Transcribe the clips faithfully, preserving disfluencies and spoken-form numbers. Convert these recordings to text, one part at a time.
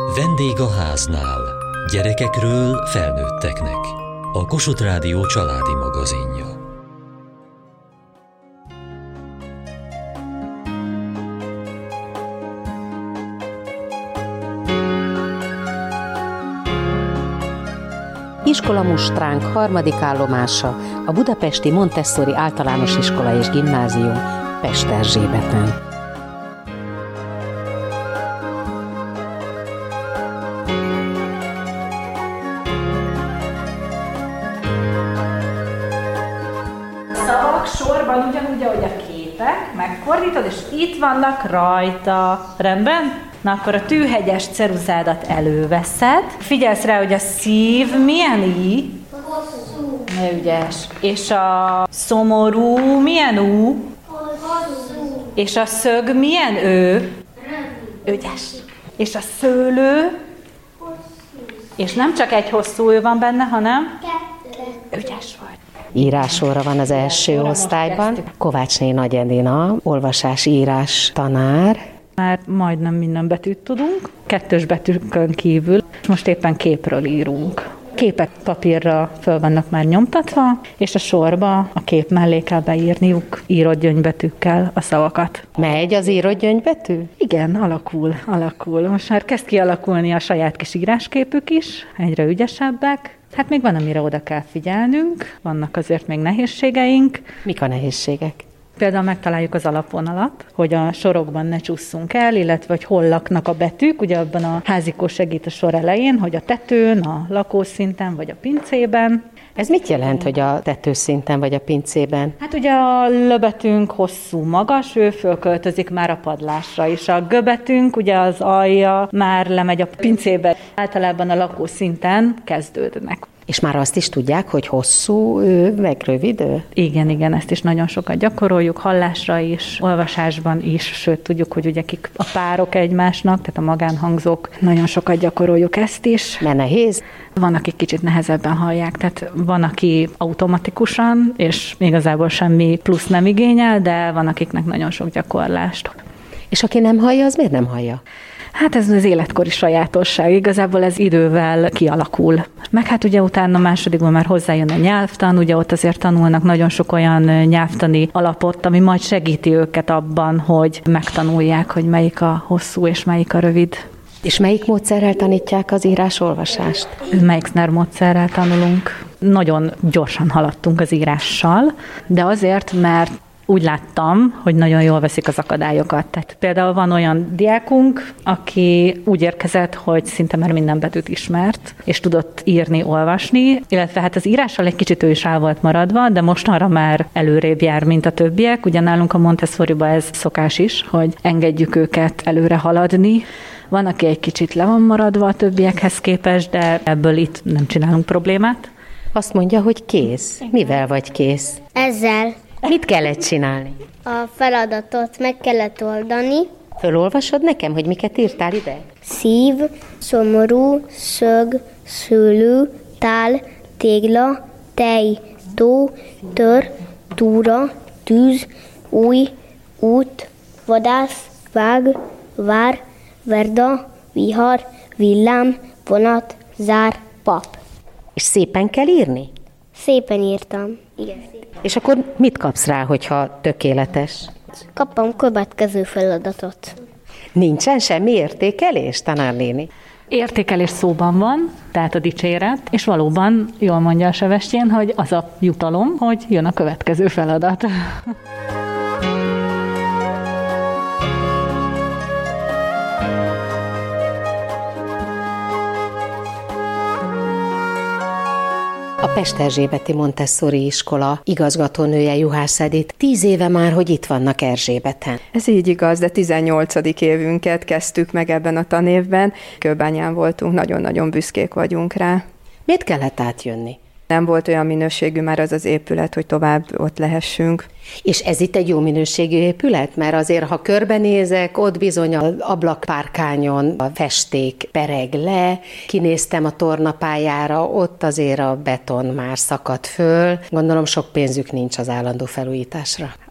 Vendég a háznál. Gyerekekről felnőtteknek. A Kossuth Rádió családi magazinja. Iskolamustránk harmadik állomása a budapesti Montessori Általános Iskola és Gimnázium Pesterzsébeten. Szavak sorban ugyanúgy, ahogy a képek, megfordítod, és itt vannak rajta. Rendben? Na akkor a tűhegyes ceruzádat előveszed. Figyelsz rá, hogy a szív milyen í? Hosszú. Ne ügyes. És a szomorú milyen ú? Hosszú. És a szög milyen ő? Rövid. Ügyes. És a szőlő? Hosszú. És nem csak egy hosszú ő van benne, hanem? Kettő. Ügyes vagy. Írásóra van az első osztályban. Kovácsné Nagy Edina, olvasás-írás tanár. Már majdnem minden betűt tudunk, kettős betűkön kívül. Most éppen képről írunk. Képek papírra föl vannak már nyomtatva, és a sorba a kép mellé kell beírniuk írott gyöngybetűkkel a szavakat. Megy az írott gyöngybetű? Igen, alakul, alakul. Most már kezd kialakulni a saját kis írásképük is, egyre ügyesebbek. Hát még van, amire oda kell figyelnünk, vannak azért még nehézségeink. Mik a nehézségek? Például megtaláljuk az alapvonalat, hogy a sorokban ne csúszunk el, illetve hogy hol laknak a betűk. Ugye abban a házikó segít a sor elején, hogy a tetőn, a lakószinten vagy a pincében. Ez mit jelent, hogy a tetőszinten vagy a pincében? Hát ugye a löbetünk hosszú, magas, ő fölköltözik már a padlásra, és a göbetünk, ugye az alja már lemegy a pincébe. Általában a lakószinten kezdődnek. És már azt is tudják, hogy hosszú ő, meg rövid ő? Igen, igen, ezt is nagyon sokat gyakoroljuk, hallásra is, olvasásban is, sőt tudjuk, hogy ugye kik a párok egymásnak, tehát a magánhangzók, nagyon sokat gyakoroljuk ezt is. Mert nehéz? Van, akik kicsit nehezebben hallják, tehát van, aki automatikusan, és igazából semmi plusz nem igényel, de van, akiknek nagyon sok gyakorlást. És aki nem hallja, az miért nem hallja? Hát ez az életkori sajátosság, igazából ez idővel kialakul. Meg hát ugye utána másodikban már hozzájön a nyelvtan, ugye ott azért tanulnak nagyon sok olyan nyelvtani alapot, ami majd segíti őket abban, hogy megtanulják, hogy melyik a hosszú és melyik a rövid. És melyik módszerrel tanítják az írás-olvasást? Meixner módszerrel tanulunk. Nagyon gyorsan haladtunk az írással, de azért, mert úgy láttam, hogy nagyon jól veszik az akadályokat. Tehát például van olyan diákunk, aki úgy érkezett, hogy szinte már minden betűt ismert, és tudott írni, olvasni, illetve hát az írással egy kicsit ő is el volt maradva, de most arra már előrébb jár, mint a többiek. Ugye nálunk a Montessoriba ez szokás is, hogy engedjük őket előre haladni. Van, aki egy kicsit le van maradva a többiekhez képest, de ebből itt nem csinálunk problémát. Azt mondja, hogy kész. Mivel vagy kész? Ezzel. Mit kellett csinálni? A feladatot meg kellett oldani. Fölolvasod nekem, hogy miket írtál ide? Szív, szomorú, szög, szőlő, tál, tégla, tej, tó, tör, túra, tűz, új, út, vadász, vág, vár, verda, vihar, villám, vonat, zár, pap. És szépen kell írni? Szépen írtam. Igen. És akkor mit kapsz rá, hogyha tökéletes? Kapom következő feladatot. Nincsen semmi értékelés, tanárnéni? Értékelés szóban van, tehát a dicséret, és valóban jól mondja a Sebestyén, hogy az a jutalom, hogy jön a következő feladat. A Pesterzsébeti Montessori iskola igazgatónője Juhász Edit. Tíz éve már, hogy itt vannak Erzsébeten. Ez így igaz, de tizennyolcadik évünket kezdtük meg ebben a tanévben. Kőbányán voltunk, nagyon-nagyon büszkék vagyunk rá. Miért kellett átjönni? Nem volt olyan minőségű már az az épület, hogy tovább ott lehessünk. És ez itt egy jó minőségű épület? Mert azért, ha körbenézek, ott bizony az ablakpárkányon a festék pereg le, kinéztem a tornapályára, ott azért a beton már szakadt föl. Gondolom sok pénzük nincs az állandó felújításra.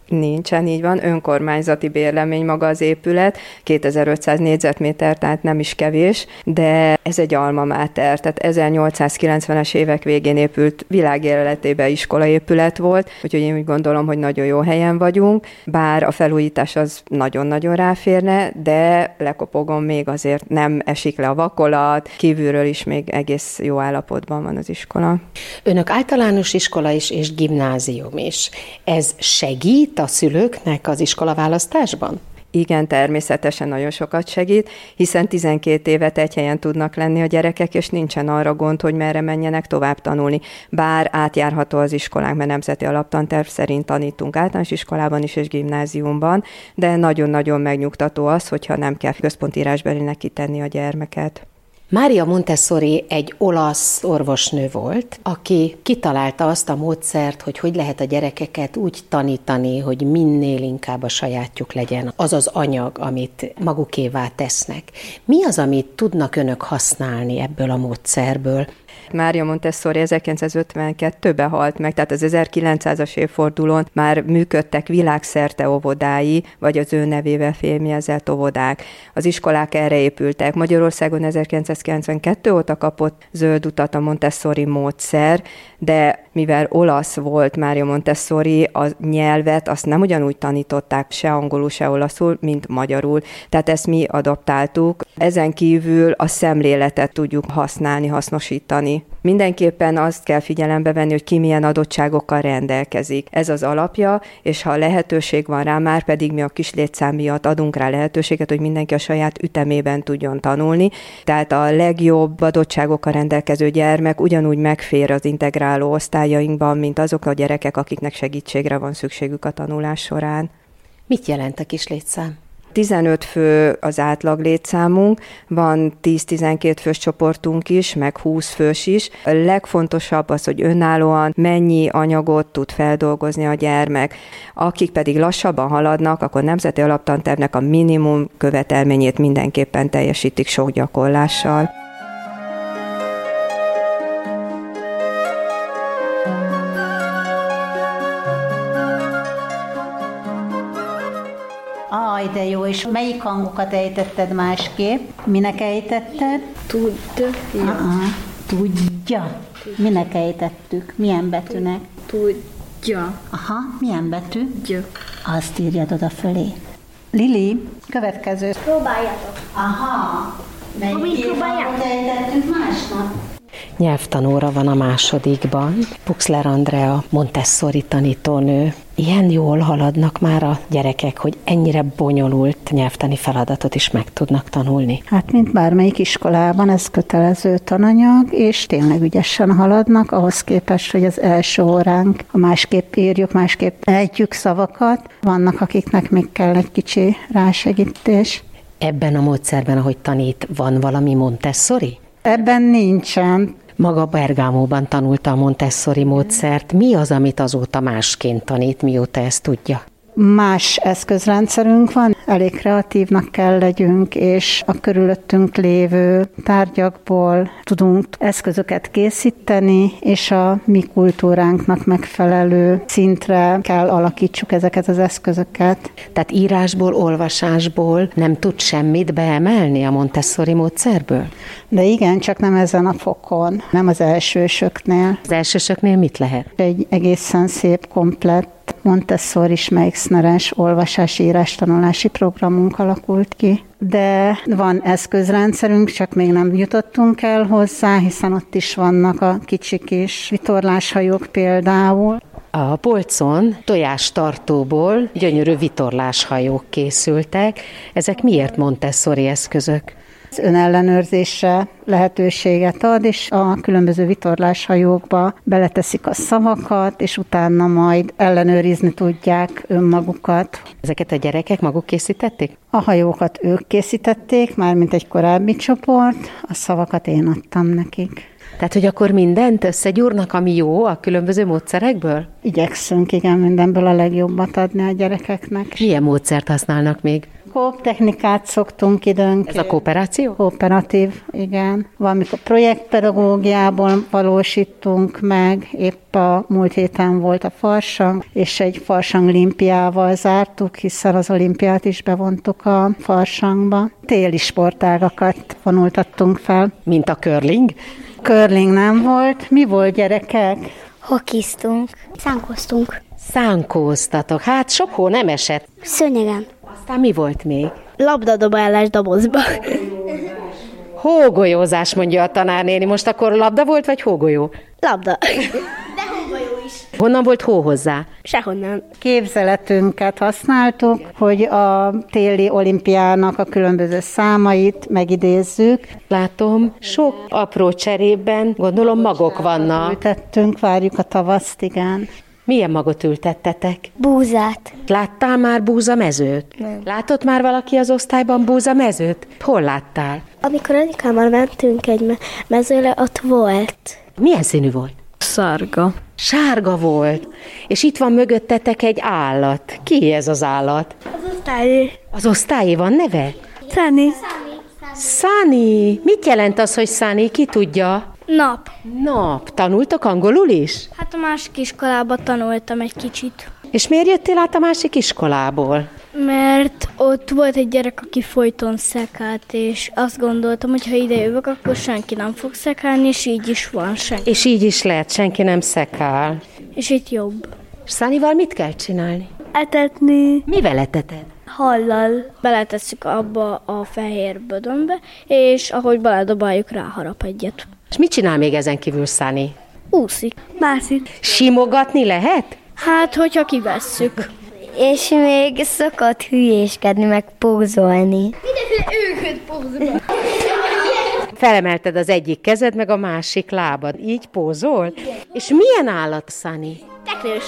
Nincsen, így van. Önkormányzati bérlemény maga az épület, kétezer-ötszáz négyzetméter, tehát nem is kevés, de ez egy alma mater, tehát ezernyolcszázkilencvenes évek végén épült, világéletében iskolaépület volt, úgyhogy én úgy gondolom, hogy nagyon jó helyen vagyunk, bár a felújítás az nagyon-nagyon ráférne, de lekopogom, még azért nem esik le a vakolat, kívülről is még egész jó állapotban van az iskola. Önök általános iskola is és gimnázium is. Ez segít a szülőknek az iskolaválasztásban? Igen, természetesen nagyon sokat segít, hiszen tizenkét évet egy helyen tudnak lenni a gyerekek, és nincsen arra gond, hogy merre menjenek tovább tanulni. Bár átjárható az iskolánk, mert nemzeti alaptanterv szerint tanítunk általános iskolában is és gimnáziumban, de nagyon-nagyon megnyugtató az, hogyha nem kell központi írásbelinek kitenni a gyermeket. Mária Montessori egy olasz orvosnő volt, aki kitalálta azt a módszert, hogy hogy lehet a gyerekeket úgy tanítani, hogy minél inkább a sajátjuk legyen az az anyag, amit magukévá tesznek. Mi az, amit tudnak önök használni ebből a módszerből? Mária Montessori ezerkilencszázötvenkettőben halt meg, tehát az ezerkilencszázas évfordulón már működtek világszerte óvodái, vagy az ő nevével fémjelzett óvodák. Az iskolák erre épültek. Magyarországon ezerkilencszázkilencvenkettő óta kapott zöld utat a Montessori módszer, de mivel olasz volt Mária Montessori, a nyelvet azt nem ugyanúgy tanították se angolul, se olaszul, mint magyarul. Tehát ezt mi adaptáltuk. Ezen kívül a szemléletet tudjuk használni, hasznosítani. Mindenképpen azt kell figyelembe venni, hogy ki milyen adottságokkal rendelkezik. Ez az alapja, és ha lehetőség van rá, már pedig mi a kis létszám miatt adunk rá lehetőséget, hogy mindenki a saját ütemében tudjon tanulni. Tehát a legjobb adottságokkal rendelkező gyermek ugyanúgy megfér az integráló osztályainkban, mint azok a gyerekek, akiknek segítségre van szükségük a tanulás során. Mit jelent a kis létszám? tizenöt fő az átlag létszámunk, van tíz-tizenkét fős csoportunk is, meg húsz fős is. A legfontosabb az, hogy önállóan mennyi anyagot tud feldolgozni a gyermek. Akik pedig lassabban haladnak, akkor nemzeti alaptantervnek a minimum követelményét mindenképpen teljesítik sok gyakorlással. Aj, de jó, és melyik hangokat ejtetted másképp? Minek ejtetted? Tudja. Uh-uh. Tudja. Minek ejtettük? Milyen betűnek? Tudja. Aha, milyen betű? Tudja. Azt írjad oda fölé. Lili, következő. Próbáljátok. Aha. Amíg próbáljátok. Ejtettünk másnak? Nyelvtanóra van a másodikban. Puxler Andrea, Montessori tanítónő. Ilyen jól haladnak már a gyerekek, hogy ennyire bonyolult nyelvtani feladatot is meg tudnak tanulni. Hát, mint bármelyik iskolában, ez kötelező tananyag, és tényleg ügyesen haladnak, ahhoz képest, hogy az első óránk, a másképp írjuk, másképp ejtjük szavakat. Vannak, akiknek még kell egy kicsi rásegítés. Ebben a módszerben, ahogy tanít, van valami Montessori? Ebben nincsen. Maga Bergámóban tanulta a Montessori módszert. Mi az, amit azóta másként tanít, mióta ezt tudja? Más eszközrendszerünk van, elég kreatívnak kell legyünk, és a körülöttünk lévő tárgyakból tudunk eszközöket készíteni, és a mi kultúránknak megfelelő szintre kell alakítsuk ezeket az eszközöket. Tehát írásból, olvasásból nem tud semmit beemelni a Montessori módszerből? De igen, csak nem ezen a fokon, nem az elsősöknél. Az elsősöknél mit lehet? Egy egészen szép, komplett Montessori-s Meixneres olvasás-írás tanulási programunk alakult ki. De van eszközrendszerünk, csak még nem jutottunk el hozzá, hiszen ott is vannak a kicsi kis vitorláshajók például. A polcon tojástartóból gyönyörű vitorláshajók készültek. Ezek miért Montessori eszközök? Az önellenőrzésre lehetőséget ad, és a különböző vitorláshajókba beleteszik a szavakat, és utána majd ellenőrizni tudják önmagukat. Ezeket a gyerekek maguk készítették? A hajókat ők készítették, már mint egy korábbi csoport, a szavakat én adtam nekik. Tehát, hogy akkor mindent összegyúrnak, ami jó a különböző módszerekből? Igyekszünk, igen, mindenből a legjobbat adni a gyerekeknek. Milyen módszert használnak még? Kóptechnikát szoktunk időnként. Ez a kooperáció? Kooperatív, igen. Valamikor projektpedagógiából valósítunk meg, épp a múlt héten volt a farsang, és egy farsang olimpiával zártuk, hiszen az olimpiát is bevontuk a farsangba. Téli sportágakat vonultattunk fel. Mint a curling? Curling nem volt. Mi volt, gyerekek? Hokiztunk. Szánkoztunk. Szánkóztatok. Hát sok hó nem esett. Szőnyegen. Aztán mi volt még? Labdadobálás dobozba. Hógolyózás, mondja a tanárnéni. Most akkor labda volt, vagy hógolyó? Labda. Honnan volt hó hozzá? Sehonnan. Képzeletünket használtuk, hogy a téli olimpiának a különböző számait megidézzük. Látom, sok apró cserében, gondolom magok vannak. Ültettünk, várjuk a tavaszt, igen. Milyen magot ültettetek? Búzát. Láttál már búzamezőt? Nem. Látott már valaki az osztályban búzamezőt? Hol láttál? Amikor anyukámmal mentünk egy me- mezőre, ott volt. Milyen színű volt? Szarga. Sárga volt. És itt van mögöttetek egy állat. Ki ez az állat? Az osztály. Az osztályé van neve? Szani. Sunny. Mit jelent az, hogy Sunny? Ki tudja? Nap. Nap. Tanultok angolul is? Hát a másik iskolába tanultam egy kicsit. És miért jöttél át a másik iskolából? Mert ott volt egy gyerek, aki folyton szekált, és azt gondoltam, hogy ha ide jövök, akkor senki nem fog szekálni, és így is van senki. És így is lehet, senki nem szekál. És itt jobb. És Sunnyval mit kell csinálni? Etetni. Mivel eteted? Hallal. Beletesszük abba a fehér bödönbe, és ahogy beledobáljuk, ráharap egyet. És mit csinál még ezen kívül Sunny? Úszik. Mászik. Simogatni lehet? Hát, hogyha kivesszük. És még szokott hülyéskedni, meg pózolni. Felemelted az egyik kezed, meg a másik lábad. Így pózol? És milyen állat, Sunny? Teknős.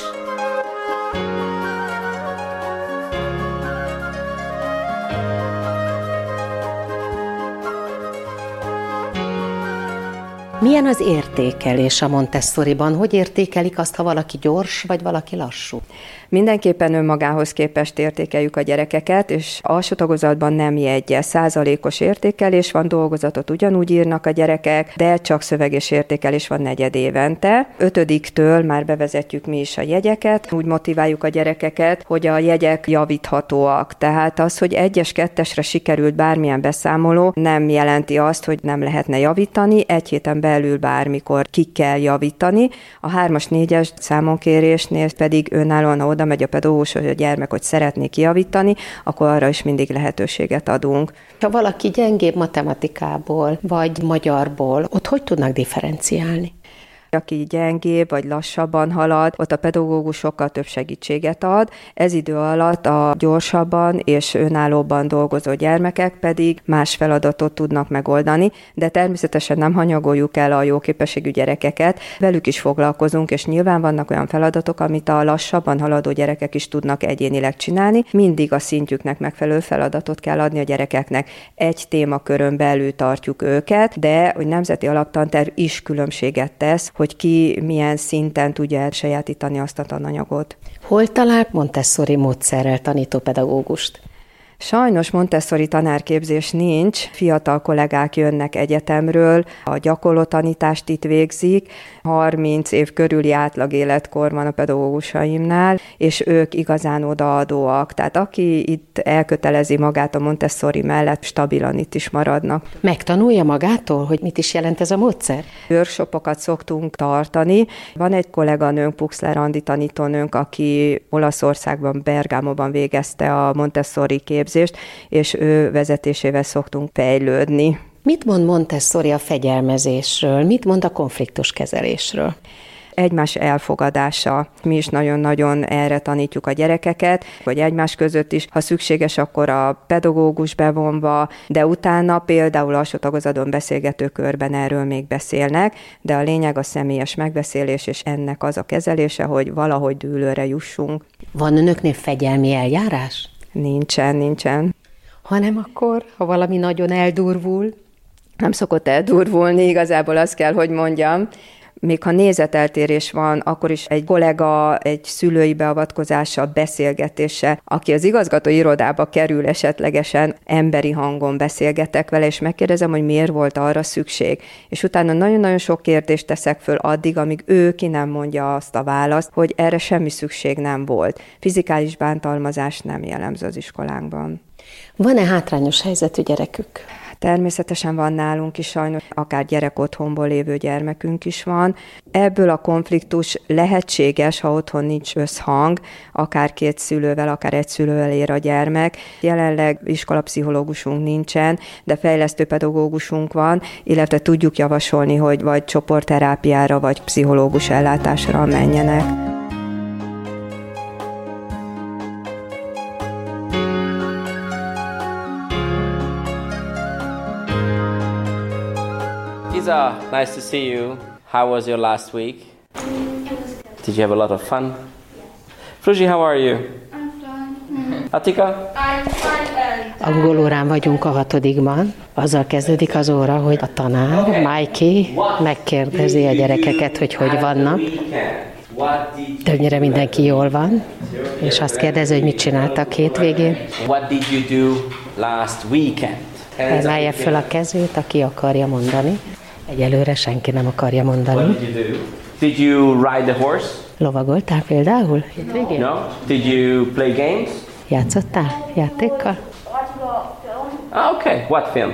Milyen az értékelés a Montessoriban? Hogy értékelik azt, ha valaki gyors, vagy valaki lassú? Mindenképpen önmagához képest értékeljük a gyerekeket, és alsó tagozatban nem jegyes, százalékos értékelés van, dolgozatot ugyanúgy írnak a gyerekek, de csak szöveges értékelés van negyed évente. Ötödiktől már bevezetjük mi is a jegyeket, úgy motiváljuk a gyerekeket, hogy a jegyek javíthatóak. Tehát az, hogy egyes, kettesre sikerült bármilyen beszámoló, nem jelenti azt, hogy nem lehetne javítani, egy héten belül bármikor ki kell javítani. A hármas, négyes számonkérésnél pedig önállóan oda megy a pedagógus, hogy a gyermek, hogy szeretné kijavítani, akkor arra is mindig lehetőséget adunk. Ha valaki gyengébb matematikából, vagy magyarból, ott hogy tudnak differenciálni? Aki gyengébb vagy lassabban halad, ott a pedagógus sokkal több segítséget ad. Ez idő alatt a gyorsabban és önállóban dolgozó gyermekek pedig más feladatot tudnak megoldani, de természetesen nem hanyagoljuk el a jó képességű gyerekeket, velük is foglalkozunk, és nyilván vannak olyan feladatok, amit a lassabban haladó gyerekek is tudnak egyénileg csinálni. Mindig a szintjüknek megfelelő feladatot kell adni a gyerekeknek. Egy témakörön belül tartjuk őket, de hogy nemzeti alaptanterv is különbséget tesz, hogy ki milyen szinten tudja elsajátítani azt a tananyagot. Hol talált Montessori módszerrel tanító pedagógust? Sajnos Montessori tanárképzés nincs, fiatal kollégák jönnek egyetemről, a gyakorló tanítást itt végzik, harminc év körüli átlag életkor van a pedagógusaimnál, és ők igazán odaadóak. Tehát aki itt elkötelezi magát a Montessori mellett, stabilan itt is maradnak. Megtanulja magától, hogy mit is jelent ez a módszer? Workshopokat szoktunk tartani. Van egy kolléganőnk, Puxler Andi tanítónőnk, aki Olaszországban, Bergámóban végezte a Montessori képzést, és ő vezetésével szoktunk fejlődni. Mit mond Montessori a fegyelmezésről? Mit mond a konfliktuskezelésről? Egymás elfogadása. Mi is nagyon-nagyon erre tanítjuk a gyerekeket, hogy egymás között is, ha szükséges, akkor a pedagógus bevonva, de utána például alsó tagozatban beszélgető körben erről még beszélnek, de a lényeg a személyes megbeszélés, és ennek az a kezelése, hogy valahogy dűlőre jussunk. Van önöknél fegyelmi eljárás? Nincsen, nincsen. Hanem akkor, ha valami nagyon eldurvul? Nem szokott eldurvulni, igazából azt kell, hogy mondjam. Még ha nézeteltérés van, akkor is egy kollega, egy szülői beavatkozással, beszélgetéssel, aki az igazgatói irodába kerül, esetlegesen emberi hangon beszélgetek vele, és megkérdezem, hogy miért volt arra szükség. És utána nagyon-nagyon sok kérdést teszek föl addig, amíg ő ki nem mondja azt a választ, hogy erre semmi szükség nem volt. Fizikális bántalmazás nem jellemző az iskolánkban. Van-e hátrányos helyzetű gyerekük? Természetesen van nálunk is sajnos, akár gyerek otthonból lévő gyermekünk is van. Ebből a konfliktus lehetséges, ha otthon nincs összhang, akár két szülővel, akár egy szülővel ér a gyermek. Jelenleg iskolapszichológusunk nincsen, de fejlesztő pedagógusunk van, illetve tudjuk javasolni, hogy vagy csoportterápiára, vagy pszichológus ellátásra menjenek. Isa, nice to see you. How was your last week? Did you have a lot of fun? Fruzsi, how are you? I'm fine. Atika? I'm fine. Angol órán vagyunk a hatodikban. Azzal kezdődik az óra, hogy a tanár, Mikey, megkérdezi a gyerekeket, hogy hogy vannak. Többnyire mindenki jól van, és azt kérdezi, hogy mit csináltak hétvégén. What did you do last weekend? Emelje föl a kezét, aki akarja mondani. Egyelőre senki nem akarja mondani. What did you do? Did you ride the horse? Lovagoltál például? Hétvégén? No. Did you play games? Játszottál játékkal? Ah, okay. What film?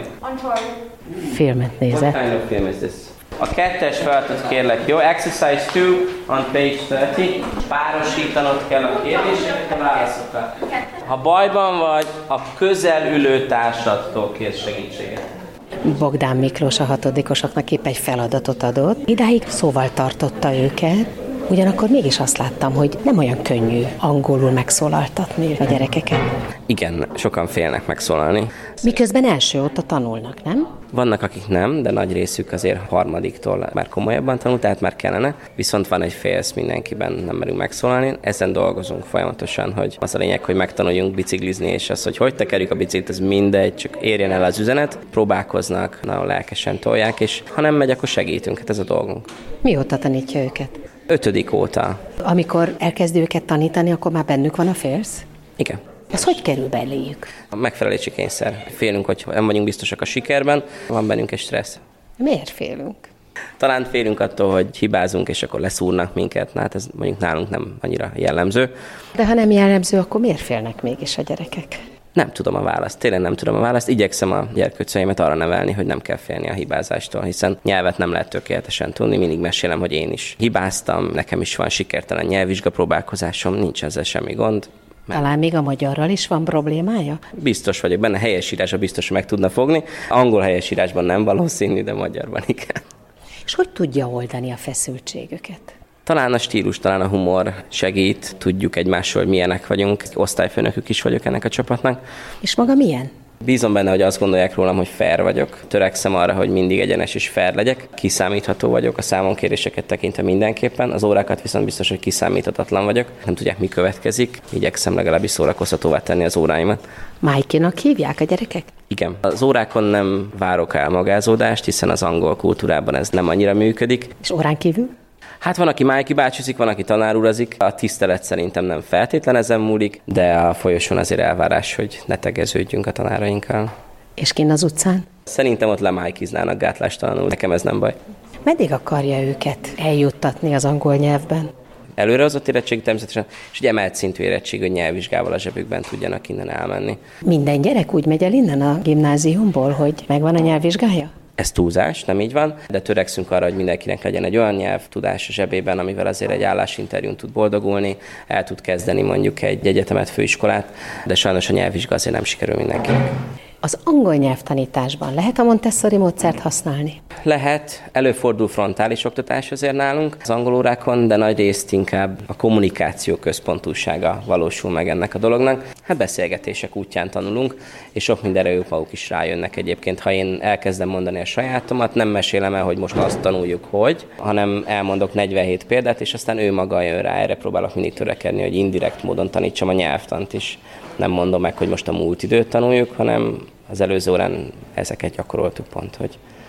Filmet What nézett. kind of film is this? A kettes feladatot kérlek, jó? Exercise two on page thirty. Párosítanod kell a kérdéseket a válaszokkal. Ha bajban vagy, a közel ülő társadtól kérsz segítséget. Bogdán Miklós a hatodikosoknak épp egy feladatot adott. Idáig szóval tartotta őket, ugyanakkor mégis azt láttam, hogy nem olyan könnyű angolul megszólaltatni a gyerekeket. Igen, sokan félnek megszólalni. Miközben első óta tanulnak, nem? Vannak, akik nem, de nagy részük azért harmadiktól már komolyabban tanul, tehát már kellene. Viszont van egy félsz mindenkiben, nem merünk megszólalni. Ezen dolgozunk folyamatosan, hogy az a lényeg, hogy megtanuljunk biciklizni, és az, hogy hogy tekerjük a biciklit, ez mindegy, csak érjen el az üzenet. Próbálkoznak, nagyon lelkesen tolják, és ha nem megy, akkor segítünk, hát ez a dolgunk. Mióta tanítja őket? Ötödik óta. Amikor elkezdi őket tanítani, akkor már bennük van a félsz? Igen. Ez hogy kerül beléjük? A megfelelési kényszer. Félünk, hogy nem vagyunk biztosak a sikerben, van bennünk egy stressz. Miért félünk? Talán félünk attól, hogy hibázunk, és akkor leszúrnak minket, hát ez mondjuk nálunk nem annyira jellemző. De ha nem jellemző, akkor miért félnek mégis a gyerekek? Nem tudom a választ, tényleg nem tudom a választ. Igyekszem a gyerkőceimet arra nevelni, hogy nem kell félni a hibázástól, hiszen nyelvet nem lehet tökéletesen tudni. Mindig mesélem, hogy én is hibáztam, nekem is van sikertelen nyelvvizsgapróbálkozásom, nincs ezzel semmi gond. Talán még a magyarral is van problémája? Biztos vagyok benne, helyesírásra biztos, hogy meg tudna fogni. Angol helyesírásban nem valószínű, de magyarban igen. És hogy tudja oldani a feszültségüket? Talán a stílus, talán a humor segít, tudjuk egymásról, hogy milyenek vagyunk. Osztályfőnökük is vagyok ennek a csapatnak. És maga milyen? Bízom benne, hogy azt gondolják rólam, hogy fair vagyok. Törekszem arra, hogy mindig egyenes és fair legyek. Kiszámítható vagyok, a számonkéréseket tekintve mindenképpen. Az órákat viszont biztos, hogy kiszámíthatatlan vagyok. Nem tudják, mi következik. Igyekszem legalábbis szórakoztatóvá tenni az óráimat. Mikey-nak hívják a gyerekek? Igen. Az órákon nem várok el magázódást, hiszen az angol kultúrában ez nem annyira működik. És órán kívül? Hát van, aki Mikey bácsizik, van, aki tanárurazik. A tisztelet szerintem nem feltétlen ezen múlik, de a folyosón azért elvárás, hogy ne tegeződjünk a tanárainkkal. És kinn az utcán? Szerintem ott lemikiznának gátlástalanul. Nekem ez nem baj. Meddig akarja őket eljuttatni az angol nyelvben? Előrehozott érettség természetesen, és egy emelt szintű érettség, hogy nyelvvizsgával a zsebükben tudjanak innen elmenni. Minden gyerek úgy megy el innen a gimnáziumból, hogy megvan a nyelvvizsgája? Ez túlzás, nem így van, de törekszünk arra, hogy mindenkinek legyen egy olyan nyelvtudás a zsebében, amivel azért egy állásinterjún tud boldogulni, el tud kezdeni mondjuk egy egyetemet, főiskolát, de sajnos a nyelvvizsga azért nem sikerül mindenkinek. Az angol nyelvtanításban lehet a Montessori módszert használni? Lehet, előfordul frontális oktatás azért nálunk az angol órákon, de nagy részt inkább a kommunikáció központúsága valósul meg ennek a dolognak. Hát beszélgetések útján tanulunk, és sok mindenre ők maguk is rájönnek egyébként. Ha én elkezdem mondani a sajátomat, nem mesélem el, hogy most azt tanuljuk, hogy, hanem elmondok negyvenhét példát, és aztán ő maga jön rá. Erre próbálok mindig törekedni, hogy indirekt módon tanítsam a nyelvtant is. Nem mondom meg, hogy most a múlt időt tanuljuk, hanem az előző órán ezeket gyakoroltuk pont, hogy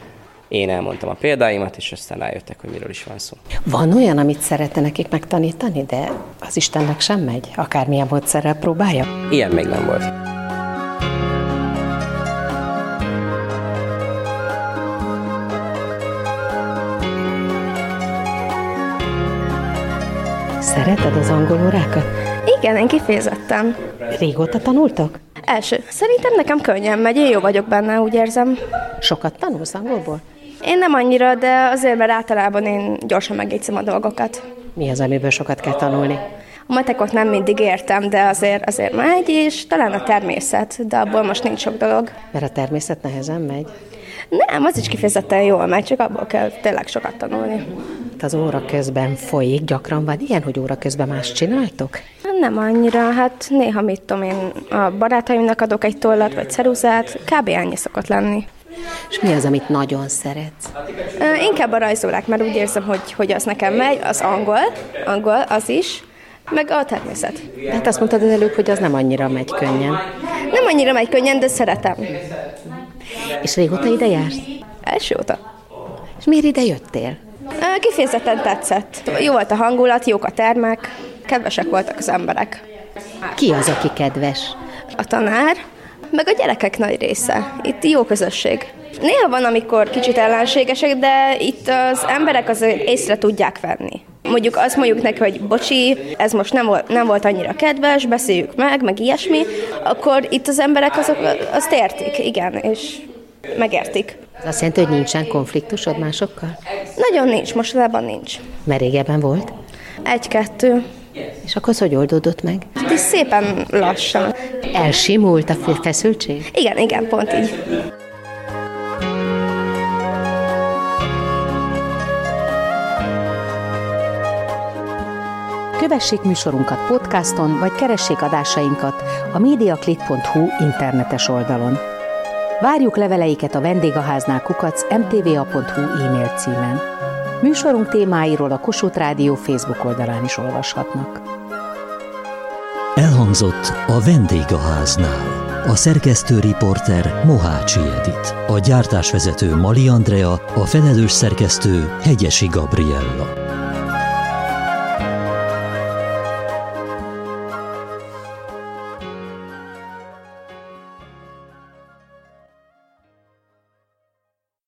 Én elmondtam a példáimat, és aztán rájöttek, hogy miről is van szó. Van olyan, amit szeretne nekik megtanítani, de az Istennek sem megy? Akármilyen módszerrel próbálja? Ilyen még nem volt. Szereted az angol órákat? Igen, én kifejezetten. Régóta tanultok? Első. Szerintem nekem könnyen megy, én jó vagyok benne, úgy érzem. Sokat tanulsz angolból? Én nem annyira, de azért, mert általában én gyorsan megjegyzem a dolgokat. Mi az, amiből sokat kell tanulni? A matekot nem mindig értem, de azért, azért megy, és talán a természet, de abból most nincs sok dolog. Mert a természet nehezen megy? Nem, az is kifejezetten jól megy, csak abból kell tényleg sokat tanulni. Az óra közben folyik, gyakran van ilyen, hogy óra közben más csináltok? Nem annyira, hát néha mit tudom én, a barátaimnak adok egy tollat vagy ceruzát, kb. Ennyi szokott lenni. És mi az, amit nagyon szeretsz? Uh, inkább a rajzórák, mert úgy érzem, hogy, hogy az nekem megy, az angol, angol, az is, meg a természet. Hát azt mondtad az előbb, hogy az nem annyira megy könnyen. Nem annyira megy könnyen, de szeretem. És régóta ide jársz? Első óta. És miért ide jöttél? Uh, kifejezetten tetszett. Jó volt a hangulat, jók a termek, kedvesek voltak az emberek. Ki az, aki kedves? A tanár, meg a gyerekek nagy része. Itt jó közösség. Néha van, amikor kicsit ellenségesek, de itt az emberek azért észre tudják venni. Mondjuk azt mondjuk neki, hogy bocsi, ez most nem volt, nem volt annyira kedves, beszéljük meg, meg ilyesmi, akkor itt az emberek azok azt értik, igen, és megértik. Ez azt jelenti, hogy nincsen konfliktusod másokkal? Nagyon nincs, mostanában nincs. Mert régebben volt? Egy-kettő. És akkor az hogy oldódott meg? Ez szépen lassan. Elsimult a feszültség? Igen, igen, pont így. Kövessék műsorunkat podcaston, vagy keressék adásainkat a mediaclick pont hu internetes oldalon. Várjuk leveleiket a vendégháznál kukac em té vé á pont hu e-mail címen. Műsorunk témáiról a Kossuth Rádió Facebook oldalán is olvashatnak. Elhangzott a vendégháznál. A szerkesztő riporter Mohácsi Edit, a gyártásvezető Mali Andrea, a felelős szerkesztő Hegyesi Gabriella.